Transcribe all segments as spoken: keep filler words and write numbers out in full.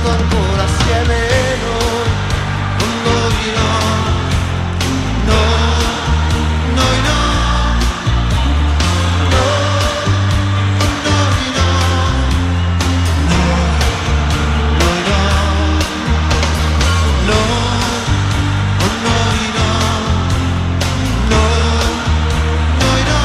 resto ancora assieme noi, con noi no, no, noi no, no, con noi no, no, noi no, no, con noi no, no, noi no,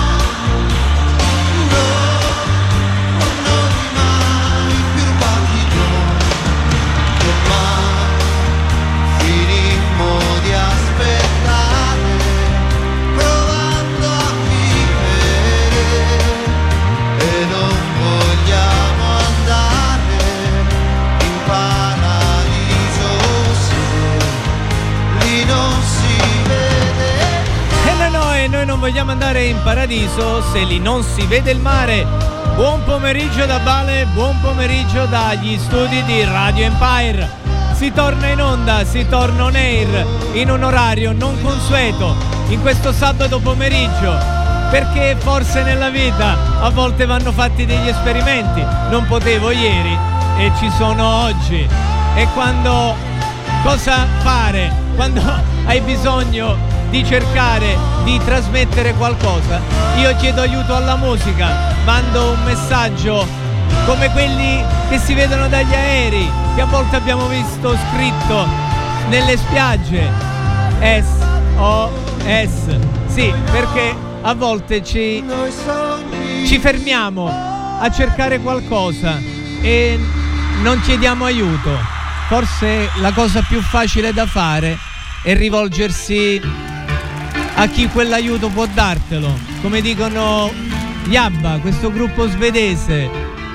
no, con noi mai più rubati noi, che mai finimmo di aspettare, provando a vivere, e non vogliamo andare in paradiso se lì non si vede. E noi no, e noi non vogliamo andare in paradiso se lì non si vede il mare. Buon pomeriggio da Bale, buon pomeriggio dagli studi di Radio Empire. Si torna in onda, si torna on air in un orario non consueto in questo sabato pomeriggio, perché forse nella vita a volte vanno fatti degli esperimenti. Non potevo ieri e ci sono oggi. E quando cosa fare? Quando hai bisogno di cercare di trasmettere qualcosa, io chiedo aiuto alla musica, mando un messaggio come quelli che si vedono dagli aerei, che a volte abbiamo visto scritto nelle spiagge S O S. Sì, perché a volte ci, ci fermiamo a cercare qualcosa e non chiediamo aiuto. Forse la cosa più facile da fare è rivolgersi a chi quell'aiuto può dartelo, come dicono gli ABBA, questo gruppo svedese.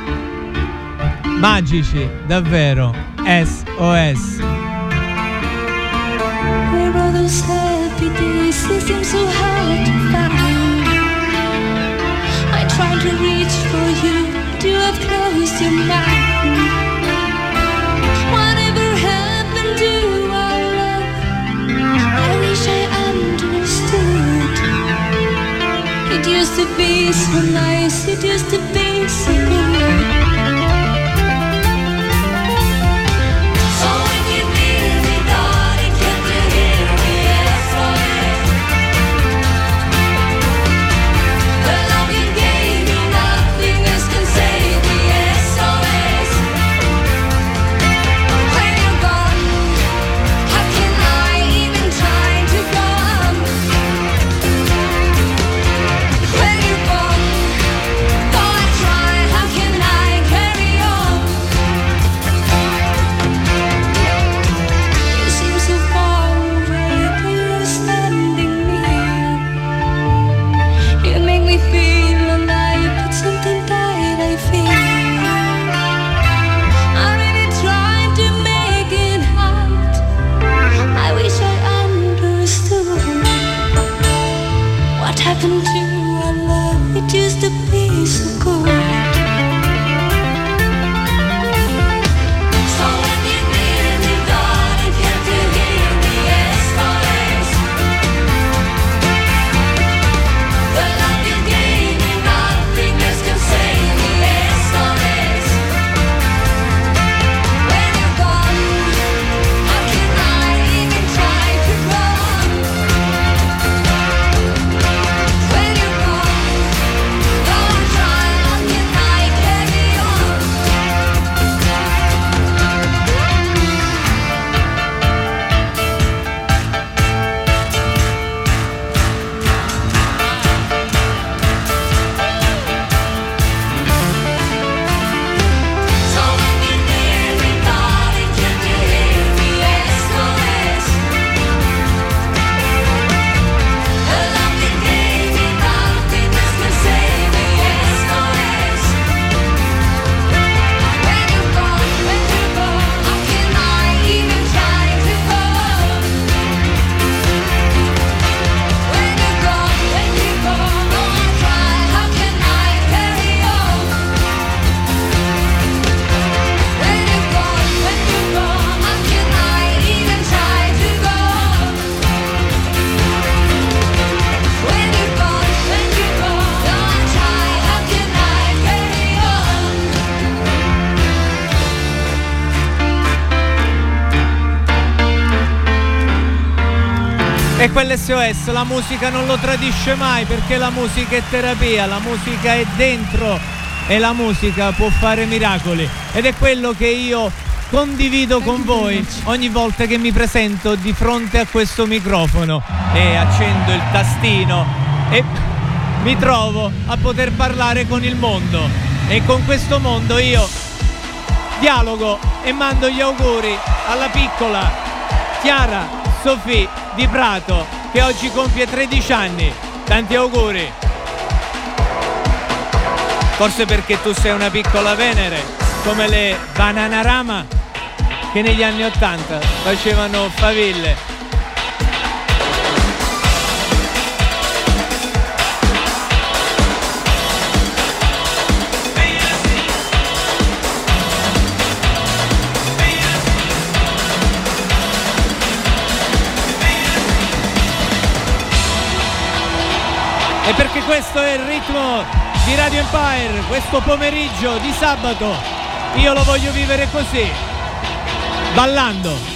Magici, davvero. S O S. Where are those happy days? They seem so hard to find. I tried to reach for you, but you have closed your mind. Whatever happened to our love? I wish I understood. It used to be so nice, it used to be so good. So if you need me, darling, can't you hear me? S O S. The love you gave me, nothing else can save me. S O S. When you're gone, how can I even try to go on? When you're gone, though I try, how can I carry on? You seem so far away, but you're standing near. You make me feel alive, but something died, I feel. I really tried to make it out. I wish I understood. What happened to our love? It used to be so good. So when you need me, darling, can't you hear me? S O S. The love you gave me, nothing else can save me. S O S. When you're gone, how can I even try to go on? When E quell'S O S la musica non lo tradisce mai, perché la musica è terapia, la musica è dentro e la musica può fare miracoli, ed è quello che io condivido con voi ogni volta che mi presento di fronte a questo microfono e accendo il tastino e mi trovo a poter parlare con il mondo, e con questo mondo io dialogo e mando gli auguri alla piccola Chiara Sofì di Prato, che oggi compie tredici anni. Tanti auguri. Forse perché tu sei una piccola Venere, come le Bananarama, che negli anni ottanta facevano faville. E perché questo è il ritmo di Radio Empire, questo pomeriggio di sabato io lo voglio vivere così, ballando.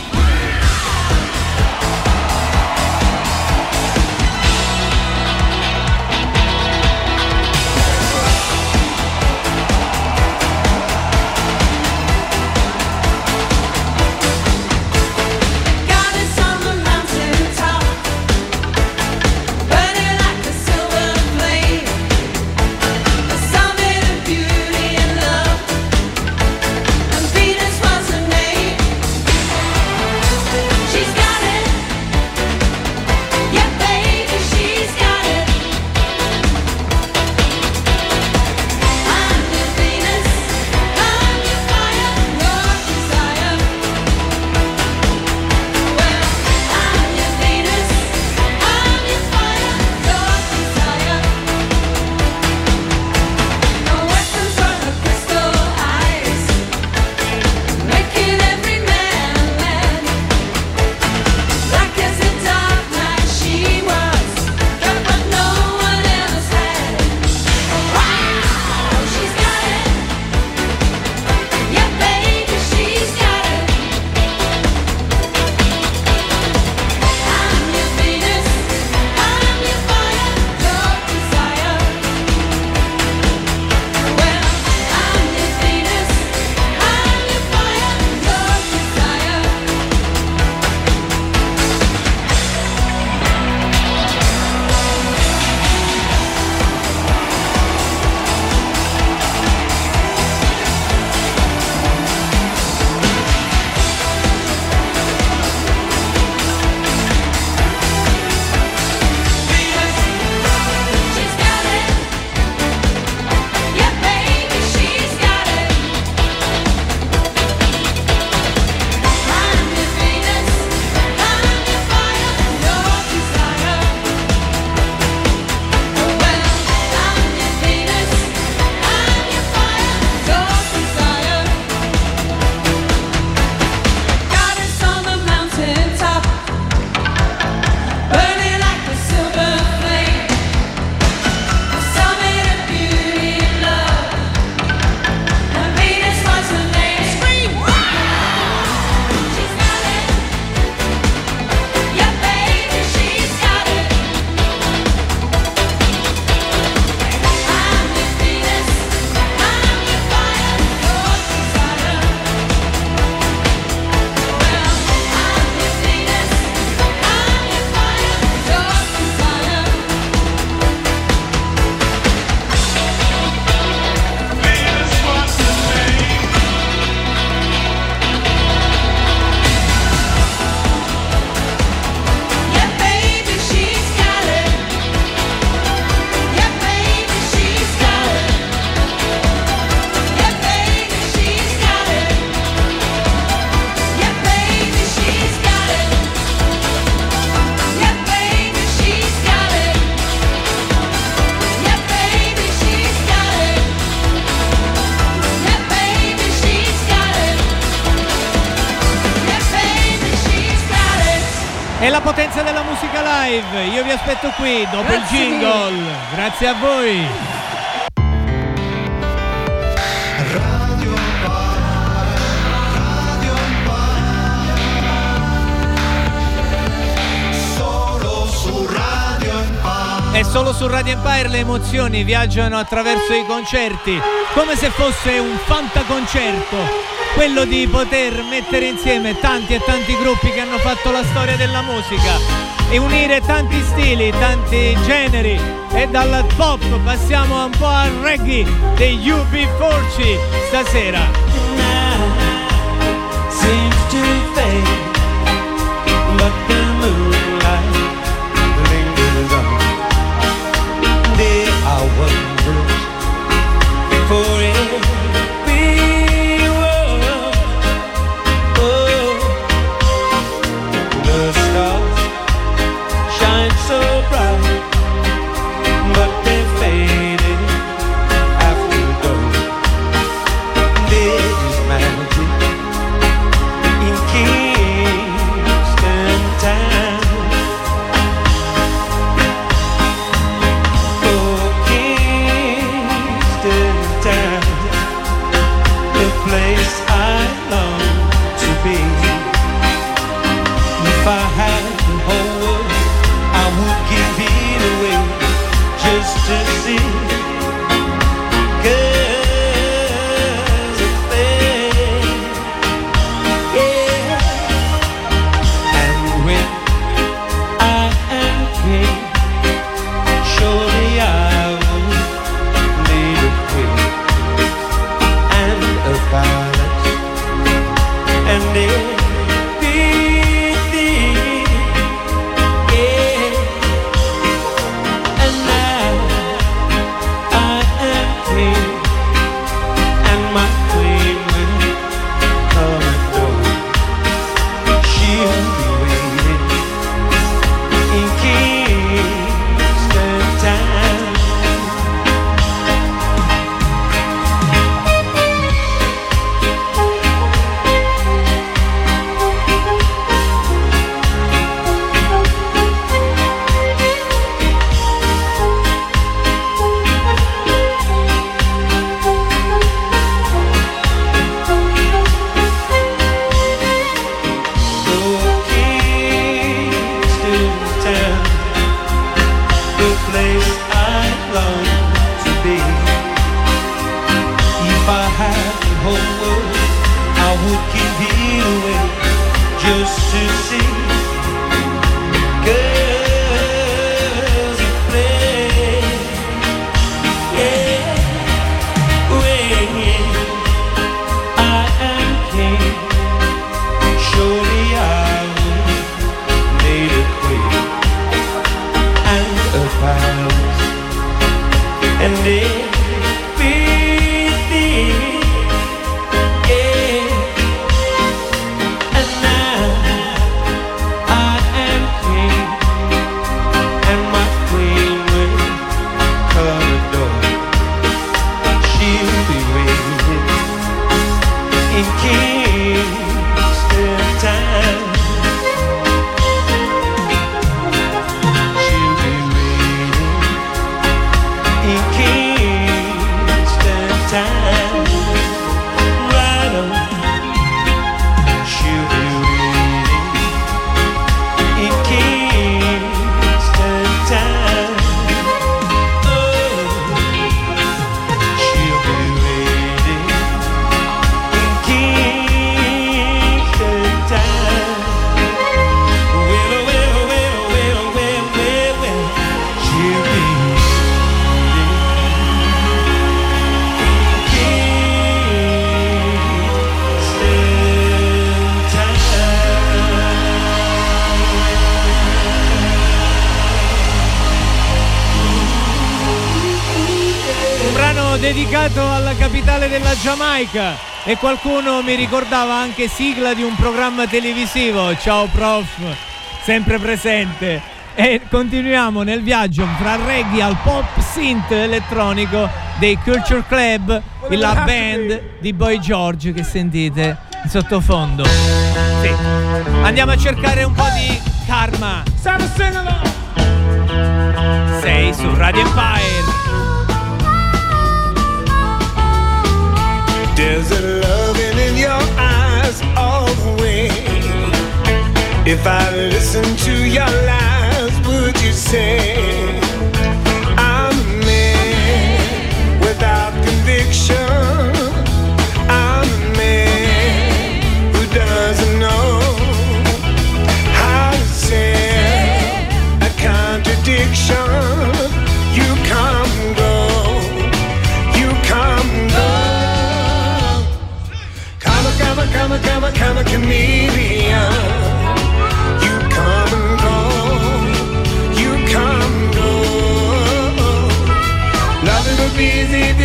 E la potenza della musica live, io vi aspetto qui dopo Grazie. il jingle. Grazie a voi. Radio Empire, Radio Empire, solo E solo su Radio Empire le emozioni viaggiano attraverso i concerti, come se fosse un fantaconcerto, quello di poter mettere insieme tanti e tanti gruppi che hanno fatto la storia della musica e unire tanti stili, tanti generi. E dal pop passiamo un po' al reggae degli U B quaranta stasera. Seems to fade, but the moonlight lingers on. There are wonders for every world. Oh, the stars shine so bright, but they're fading after dawn. There is magic in Kingston Town. Oh, Kingston Town, the place I long to be. If I had the whole world, I would give it away just to see. Girls are fair, yeah. And when I am king, surely I will need a queen and a palace and everything, yeah. And now I am king, and my queen will come adore. She'll be waiting in Kingston Town. Oh, Kingston Town, the place I long to be. If I had the whole world, I would give it away just to see girls at play. Yeah, when I am king, surely I will need a queen and a palace and everything, yeah. And now I am king, and my queen will come adore. She'll be waiting in Kingston Town. She'll be waiting in Kingston Town. Right on. She'll be waiting in Kingston Town. Oh, she'll be waiting in Kingston Town. Well, well, well, well, well, well, well, she'll be Un brano dedicato alla capitale della Giamaica e qualcuno mi ricordava anche sigla di un programma televisivo. Ciao prof, sempre presente. E continuiamo nel viaggio fra reggae al pop synth elettronico dei Culture Club, la band di Boy George che sentite in sottofondo. Sì. Andiamo a cercare un po' di karma. Sei su Radio Empire. There's a loving in your eyes all the way. If I listened to your lies, would you say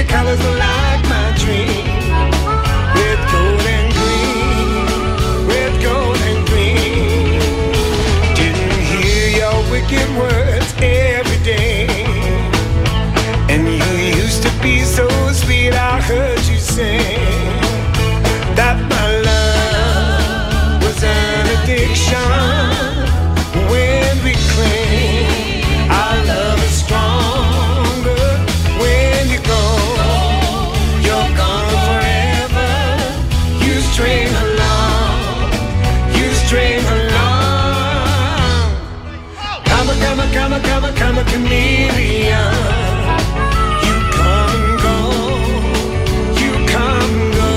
colors are like my dream. Red, gold, and green. Red, gold, and green. Didn't hear your wicked words every day. And you used to be so sweet, I heard you say that my love was an addiction. When we cling, our love is stronger. When you go, you're gone forever. You string along, you string along. Come a, come a, come a, come a, come a chameleon. You come and go, you come and go.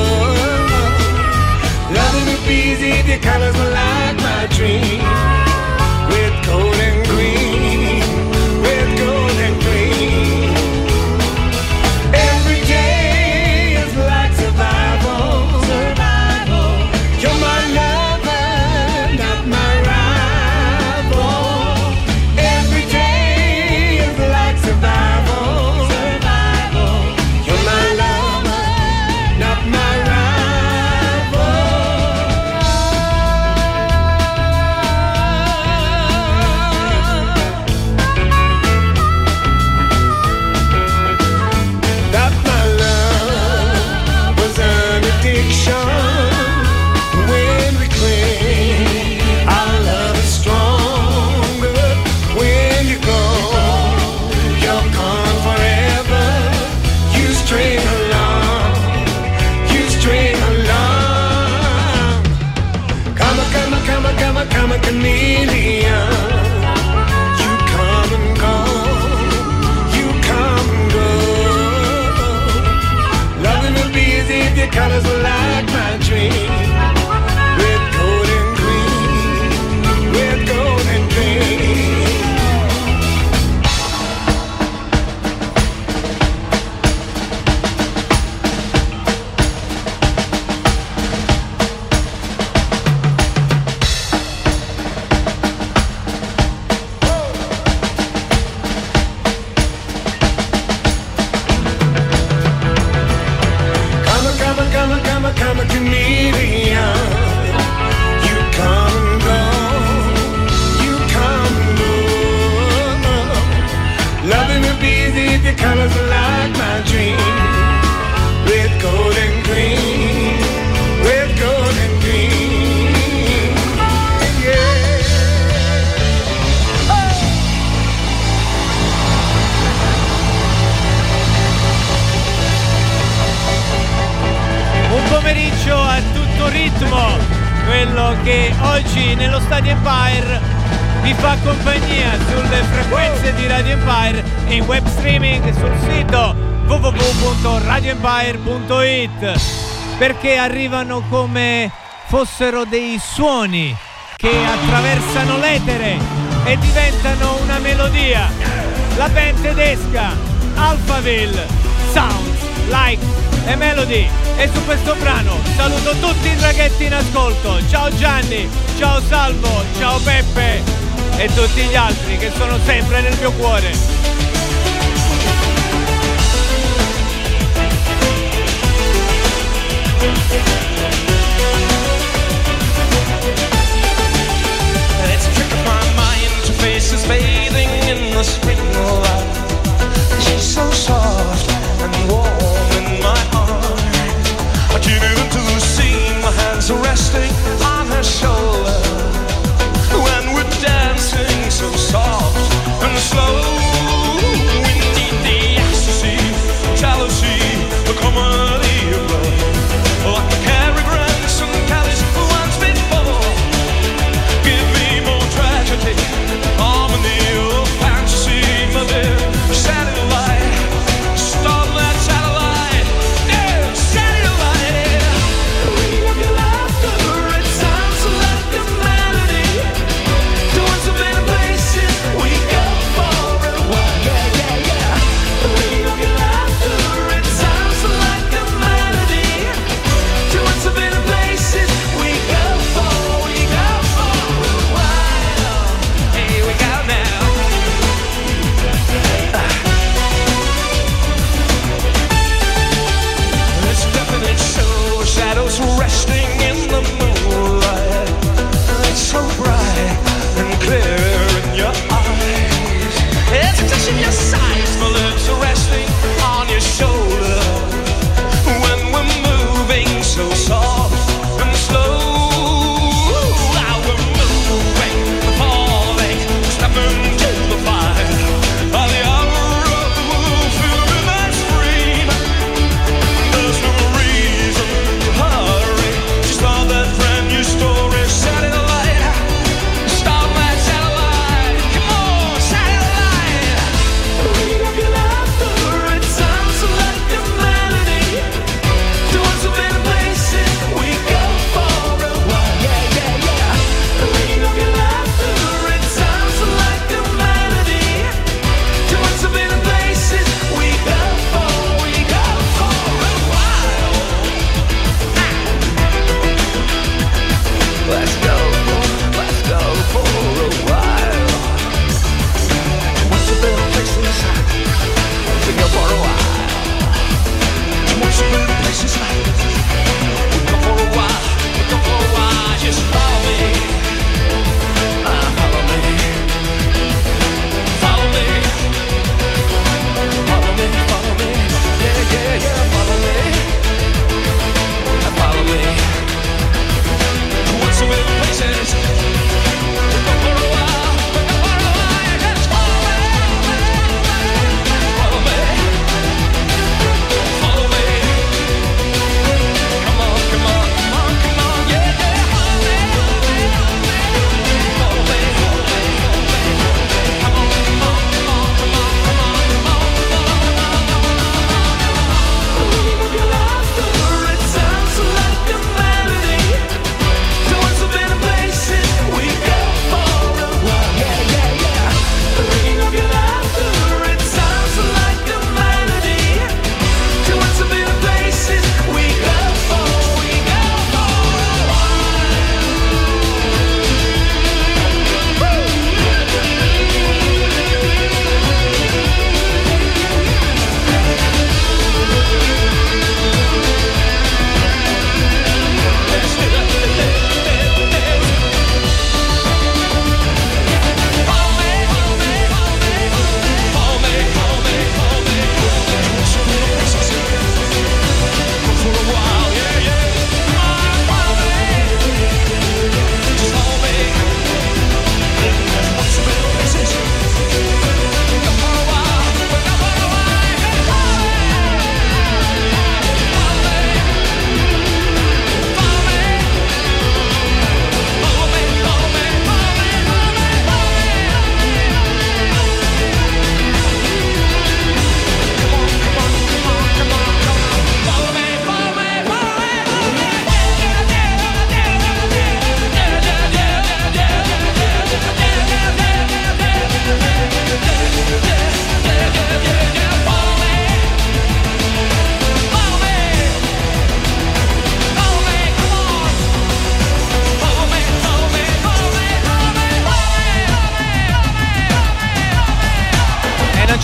Loving you easy, the colors are like my dream. Red, gold, and green. Red, gold, and green. Every day is like survival. Survival. You're my lover, not my rival. Every day is like survival. Survival. You're my lover, not my rival. That my love was an addiction. When we cling, our love is stronger. When you go, you're gone forever. You string along, you string along. Come a, come a, come a, come a, come a chameleon. You come and go, you come and go. Loving will be easy, the colors are like my dream. Red, gold, and green. Red, gold, and green. Come a, come a, come a, come a, come a chameleon. You come and go, you come and go. Loving will be easy, the colors are like my dream. Red, gold, and green. Red, gold, and green. Yeah. Un pomeriggio a tutto ritmo, quello che oggi nello Stadio Empire vi fa compagnia sulle frequenze di Radio Empire e in web streaming sul sito w w w punto radio empire punto i t, perché arrivano come fossero dei suoni che attraversano l'etere e diventano una melodia. La band tedesca Alphaville, Sounds Like a Melody. E su questo brano saluto tutti i ragazzi in ascolto. Ciao Gianni, ciao Salvo, ciao Peppe e tutti gli altri che sono sempre nel mio cuore. It's a trick of my mind, her face is bathing in the spring light. She's so soft and warm in my arms. I can't even to see, my hands are resting on her shoulder when we're dancing so soft and slow.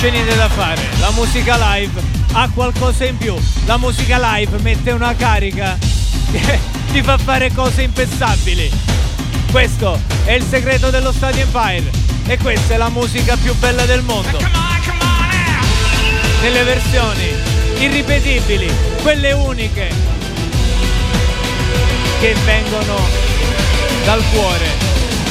c'è niente da fare, la musica live ha qualcosa in più, la musica live mette una carica che ti fa fare cose impensabili. Questo è il segreto dello Stadio Empire e questa è la musica più bella del mondo, nelle versioni irripetibili, quelle uniche che vengono dal cuore.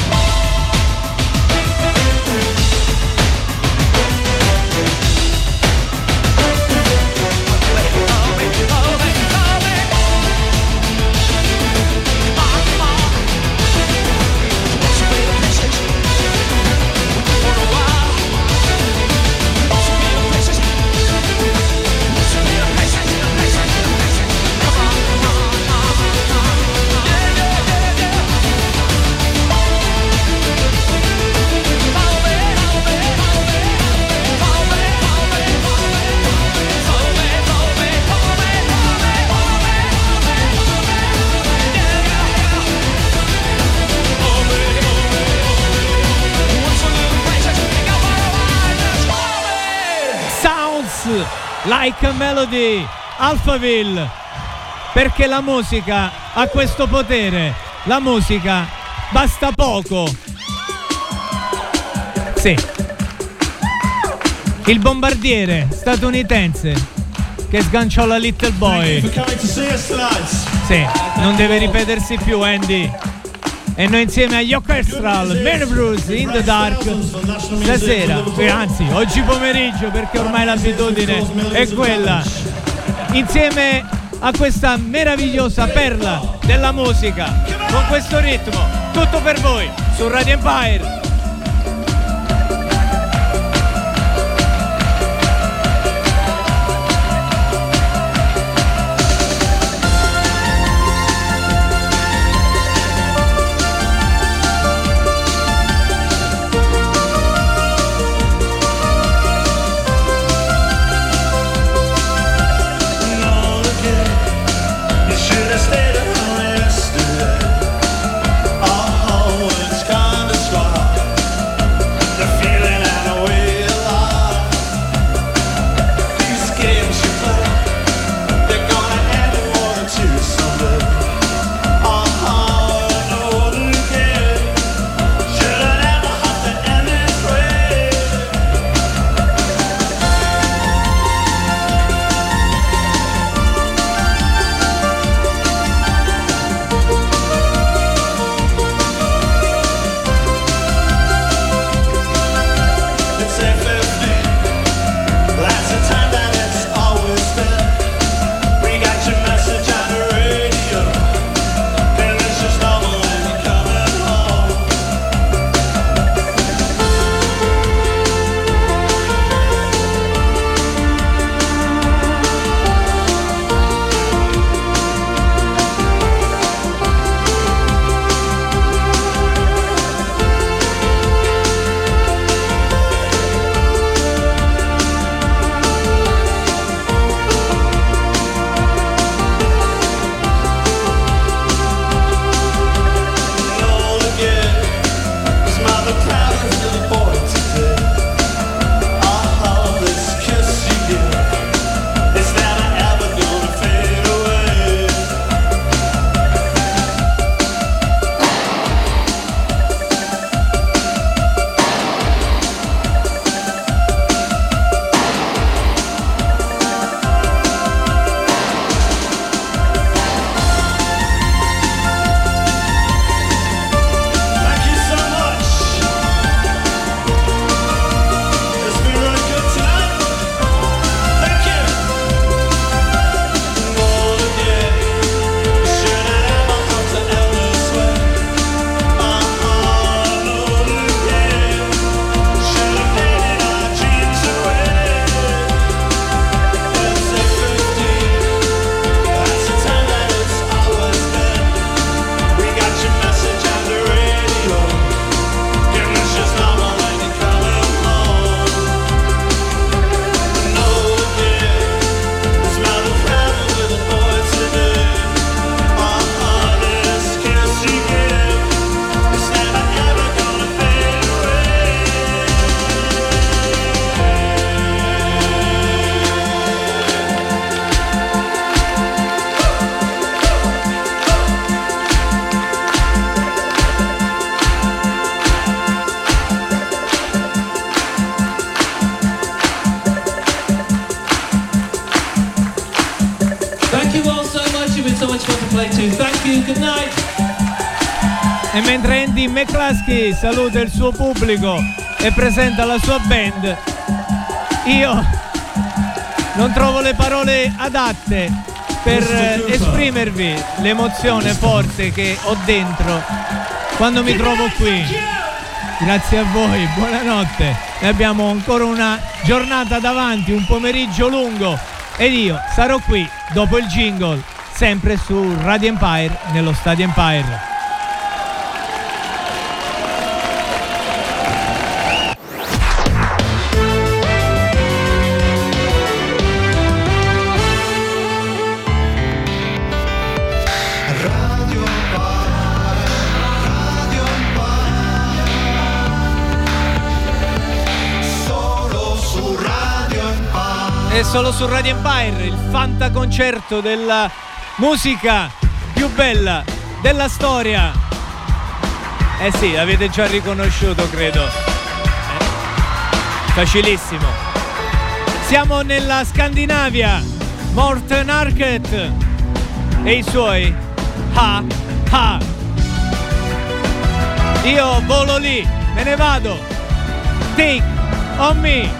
Like a Melody, Alphaville, perché la musica ha questo potere, la musica basta poco. Sì, il bombardiere statunitense che sganciò la Little Boy. Sì, non deve ripetersi più, Andy. E noi insieme agli Orchestral Man Bruce in the Dark stasera, anzi oggi pomeriggio, perché ormai l'abitudine è quella, insieme a questa meravigliosa perla della musica, con questo ritmo, tutto per voi su Radio Empire. Stayed at home yesterday. Oh, it's kinda strong. play too. Thank you, good night. E mentre Andy McCluskey saluta il suo pubblico e presenta la sua band, io non trovo le parole adatte per esprimervi l'emozione forte che ho dentro quando mi trovo qui. Grazie a voi, buonanotte. Noi abbiamo ancora una giornata davanti, un pomeriggio lungo, ed io sarò qui dopo il jingle, sempre su Radio Empire, nello Stadio Empire. E solo su Radio Empire, il fantaconcerto della musica più bella della storia. Eh sì, l'avete già riconosciuto, credo. Eh, facilissimo. Siamo nella Scandinavia. Morten Harket e i suoi Ha Ha. Io volo lì, me ne vado. Take on me.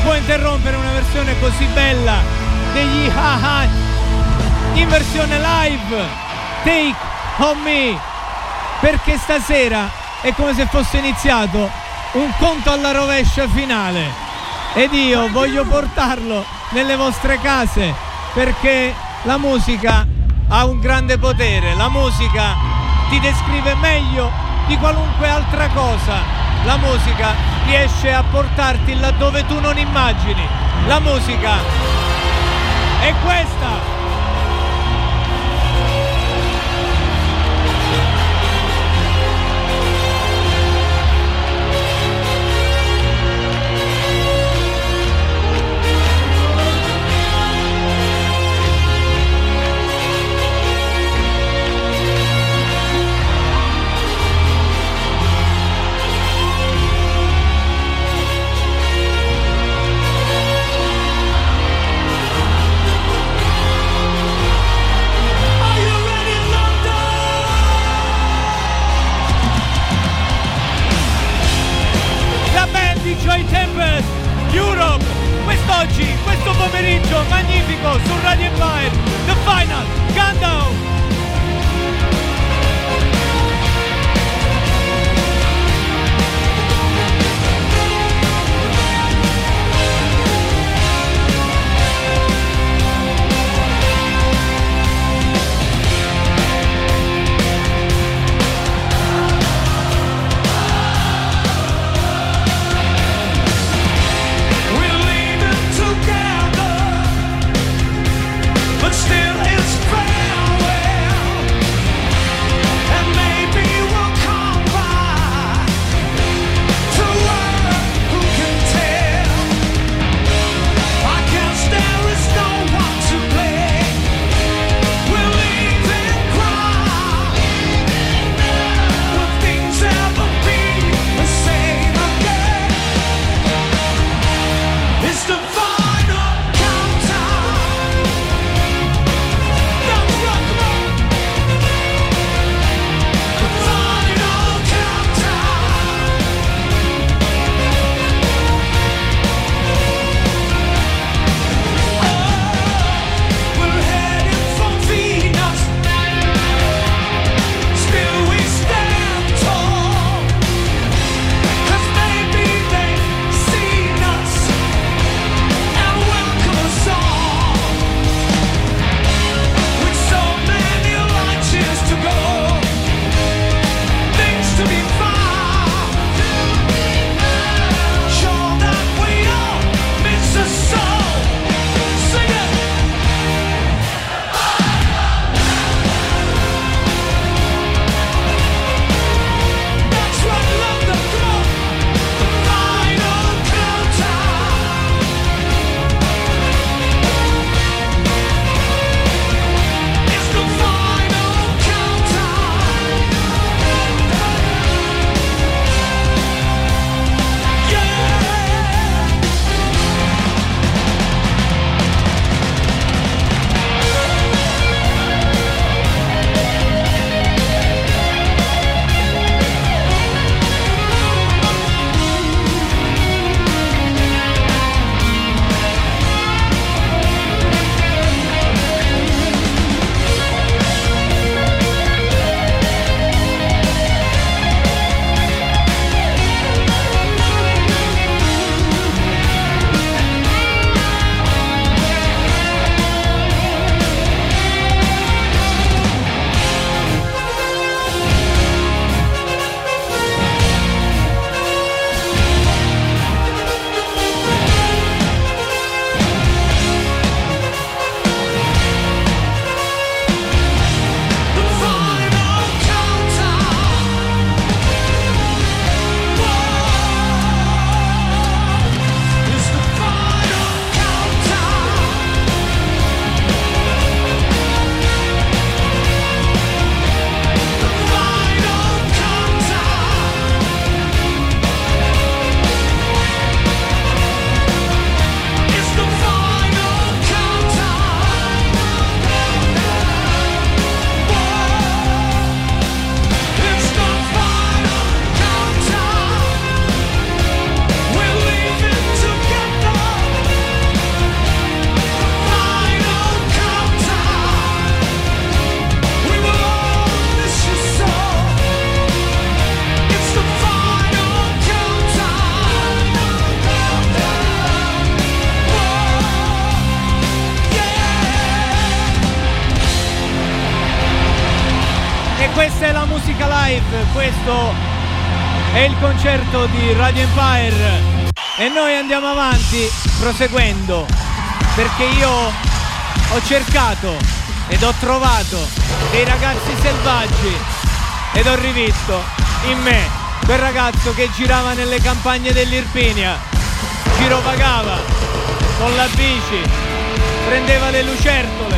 può interrompere una versione così bella degli Ha-Ha in versione live. Take on me, perché stasera è come se fosse iniziato un conto alla rovescia finale ed io voglio portarlo nelle vostre case, perché la musica ha un grande potere. La musica ti descrive meglio di qualunque altra cosa. La musica riesce a portarti laddove tu non immagini. La musica è questa. Joy Tempest Europe, quest'oggi, questo pomeriggio magnifico su Radio Empire, The Final Countdown. Still it's farewell. questa è la musica live, questo è il concerto di Radio Empire e noi andiamo avanti proseguendo, perché io ho cercato ed ho trovato dei ragazzi selvaggi ed ho rivisto in me quel ragazzo che girava nelle campagne dell'Irpinia, girovagava con la bici, prendeva le lucertole,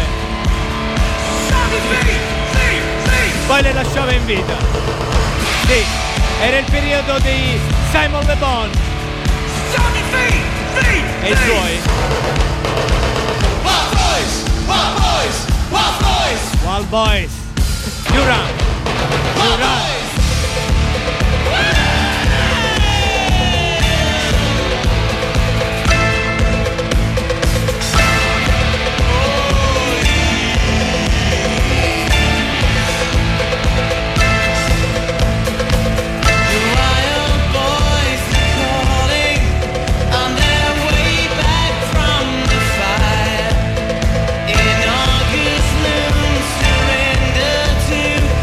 poi le lasciava in vita. Sì, era il periodo di Simon Le Bon e i suoi Wild Boys, Wild Boys, Wild Boys, Wild Boys. Duran, Wild Duran. Boys. In August noon, surrender to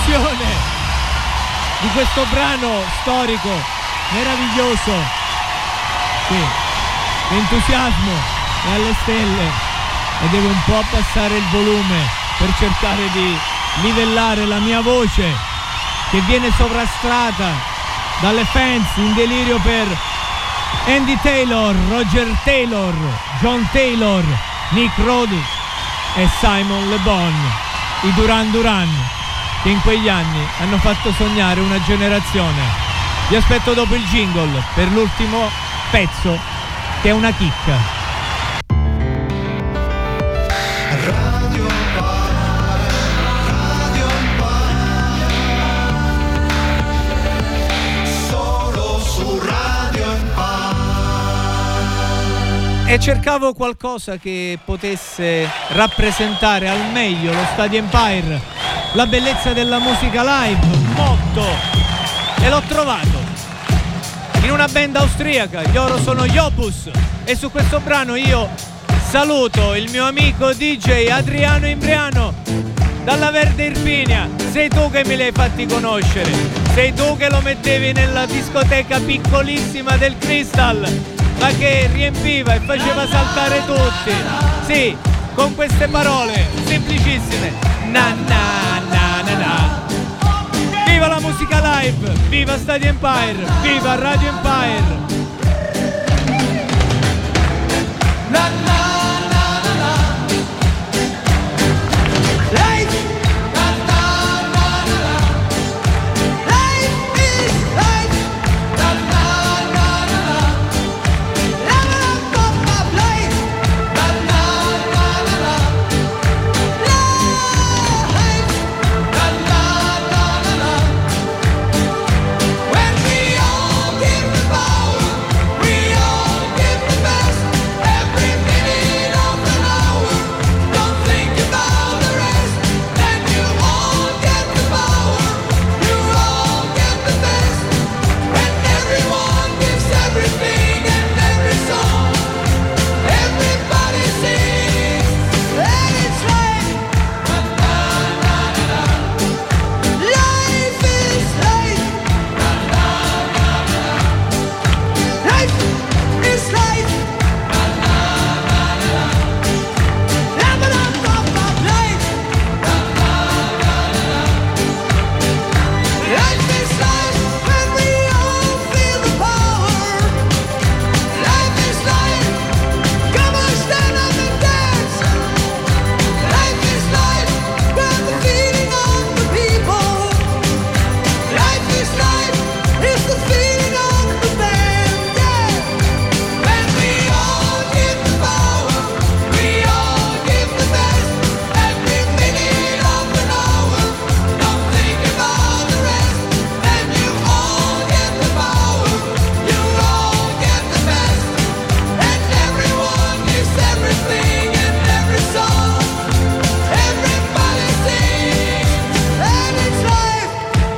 conclusione di questo brano storico meraviglioso. Sì, l'entusiasmo è alle stelle e devo un po' abbassare il volume per cercare di livellare la mia voce che viene sovrastrata dalle fans in delirio per Andy Taylor, Roger Taylor, John Taylor, Nick Rhodes e Simon Le Bon, i Duran Duran, che in quegli anni hanno fatto sognare una generazione. Vi aspetto dopo il jingle per l'ultimo pezzo, che è una chicca. Radio Empire, Radio Empire, solo su Radio Empire. E cercavo qualcosa che potesse rappresentare al meglio lo Stadio Empire, la bellezza della musica live, motto, e l'ho trovato in una band austriaca. Loro sono Yobus e su questo brano io saluto il mio amico D J Adriano Imbriano dalla Verde Irpinia. Sei tu che me li hai fatti conoscere, sei tu che lo mettevi nella discoteca piccolissima del Crystal, ma che riempiva e faceva saltare tutti. Sì, con queste parole semplicissime. Na na na na na. Viva la musica live, viva Stadio Empire, viva Radio Empire. Na na na na na. Life, na na na na na. Life is life, na na na na na. Level up of my life, na na na na na. Life, na na na na na. When we all give the power, we all give the best. Every minute of an hour, don't think about the rest. Then you all get the power, you all get the best. When everyone gives everything and every song, everybody sings, and it's life. Na na na na na. Life is life. Na na na na na. Life is life. Na na na na na. Level up of my life. Na na na na na. Life is life when we all feel the power. Life is life. Come on, stand up and dance. Life is life when the feeling of the people. Life is life is the feeling of the band. Yeah. When we all give the power, we all give the best. Every minute of an hour, don't think about the rest. Then you all get the power, you all get the best. And everyone gives everything and every song, everybody sings, and it's life.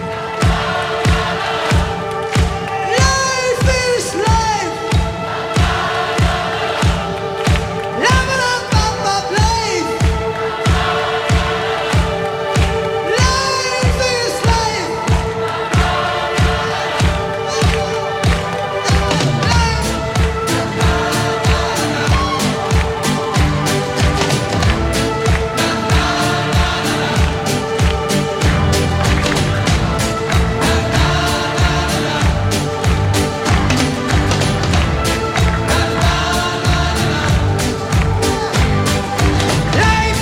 Life is life. Level up of my life. Life is life. Life.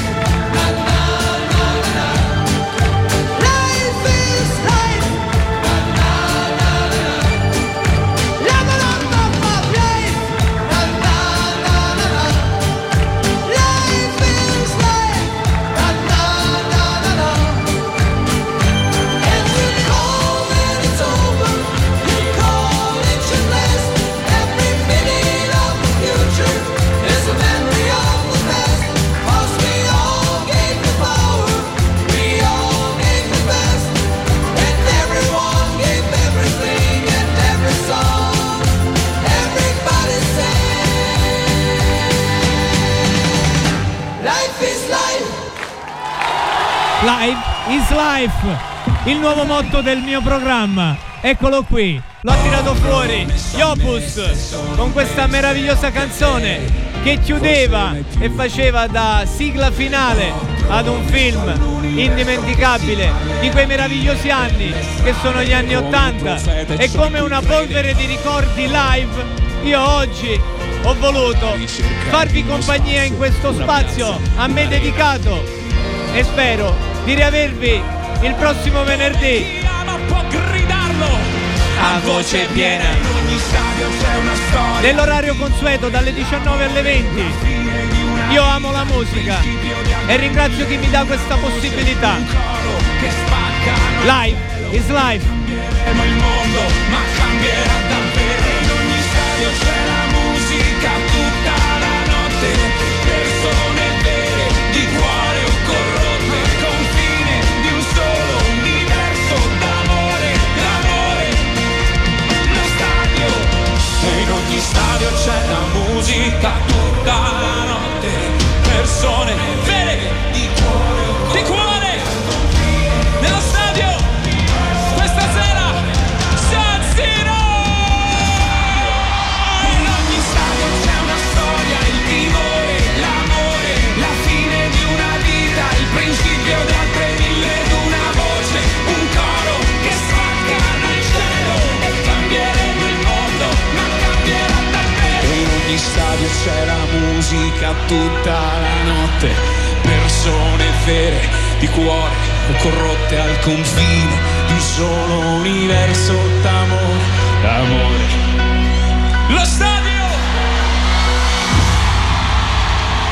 Life is life. Level up of my life. Life is life. And you call when it's over, you call it your last. Every minute of the future is a memory of the past. 'Cause we all gave the power, we all gave the best. And everyone gave everything and every song, everybody sang. Life is life. Live is life. il nuovo motto del mio programma. Eccolo qui, l'ho tirato fuori, gli Opus, con questa meravigliosa canzone che chiudeva e faceva da sigla finale ad un film indimenticabile di quei meravigliosi anni che sono gli anni ottanta, e come una polvere di ricordi live io oggi ho voluto farvi compagnia in questo spazio a me dedicato, e spero di riavervi il prossimo venerdì Può gridarlo a voce piena nell'orario consueto dalle diciannove alle venti. Io amo la musica e ringrazio chi mi dà questa possibilità. Live is life. il mondo, ma cambierà davvero. In ogni stadio c'è la musica tutta la notte. Persone vere, di cuore o corrotte, al confine di un solo universo d'amore, l'amore, lo stadio. E in ogni stadio c'è la musica tutta la notte. Persone vere, di cuore o corrotte, di cuore, nello stadio. Questa sera San Siro. In ogni stadio c'è una storia, il timore, l'amore, la fine di una vita, il principio di altre mille, ed una voce, un coro che spacca nel cielo. E cambieremo il mondo, ma cambierà davvero. In ogni stadio c'è la musica tutta la notte. Persone vere, di cuore o corrotte, al confine di un solo universo d'amore, d'amore. Lo stadio